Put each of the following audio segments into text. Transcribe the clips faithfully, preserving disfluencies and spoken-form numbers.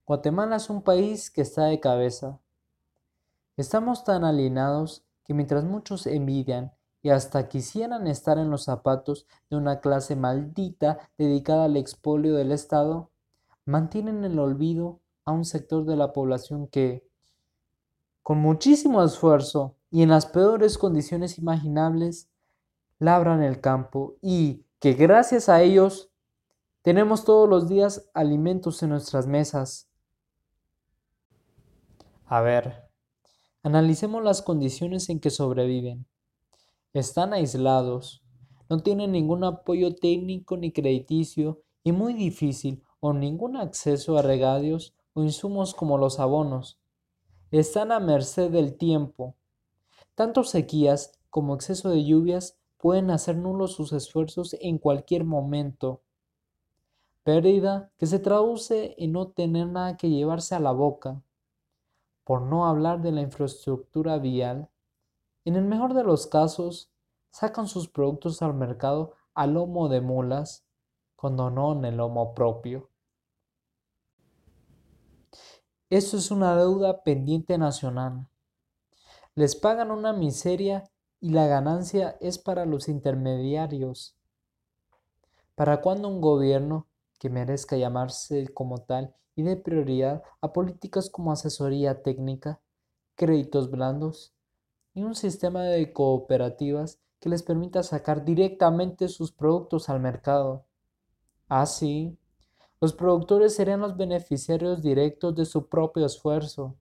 Guatemala es un país que está de cabeza. Estamos tan alienados que mientras muchos envidian y hasta quisieran estar en los zapatos de una clase maldita dedicada al expolio del Estado, mantienen en el olvido a un sector de la población que, con muchísimo esfuerzo y en las peores condiciones imaginables, labran el campo y que gracias a ellos tenemos todos los días alimentos en nuestras mesas. A ver, analicemos las condiciones en que sobreviven. Están aislados, no tienen ningún apoyo técnico ni crediticio y muy difícil o ningún acceso a regadios o insumos como los abonos. Están a merced del tiempo. Tanto sequías como exceso de lluvias pueden hacer nulos sus esfuerzos en cualquier momento. Pérdida que se traduce en no tener nada que llevarse a la boca, por no hablar de la infraestructura vial. En el mejor de los casos, sacan sus productos al mercado a lomo de mulas, cuando no en el lomo propio. Esto es una deuda pendiente nacional. Les pagan una miseria y la ganancia es para los intermediarios. ¿Para cuándo un gobierno que merezca llamarse como tal y dé prioridad a políticas como asesoría técnica, créditos blandos y un sistema de cooperativas que les permita sacar directamente sus productos al mercado? Así, los productores serían los beneficiarios directos de su propio esfuerzo.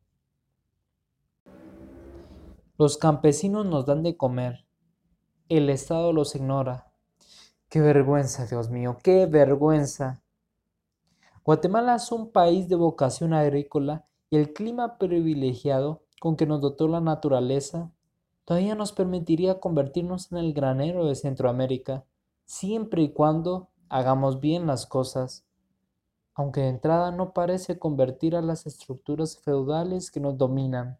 Los campesinos nos dan de comer, el Estado los ignora. ¡Qué vergüenza, Dios mío! ¡Qué vergüenza! Guatemala es un país de vocación agrícola y el clima privilegiado con que nos dotó la naturaleza todavía nos permitiría convertirnos en el granero de Centroamérica, siempre y cuando hagamos bien las cosas, aunque de entrada no parece convertir a las estructuras feudales que nos dominan.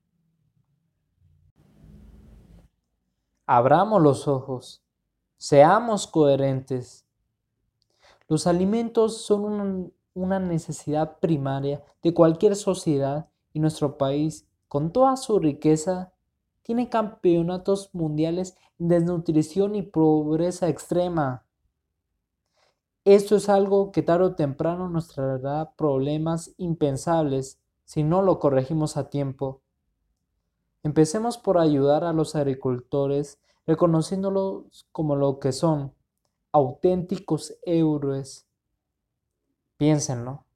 Abramos los ojos, seamos coherentes. Los alimentos son un- una necesidad primaria de cualquier sociedad y nuestro país, con toda su riqueza, tiene campeonatos mundiales en desnutrición y pobreza extrema. Esto es algo que tarde o temprano nos traerá problemas impensables si no lo corregimos a tiempo. Empecemos por ayudar a los agricultores, reconociéndolos como lo que son, auténticos héroes. Piénsenlo.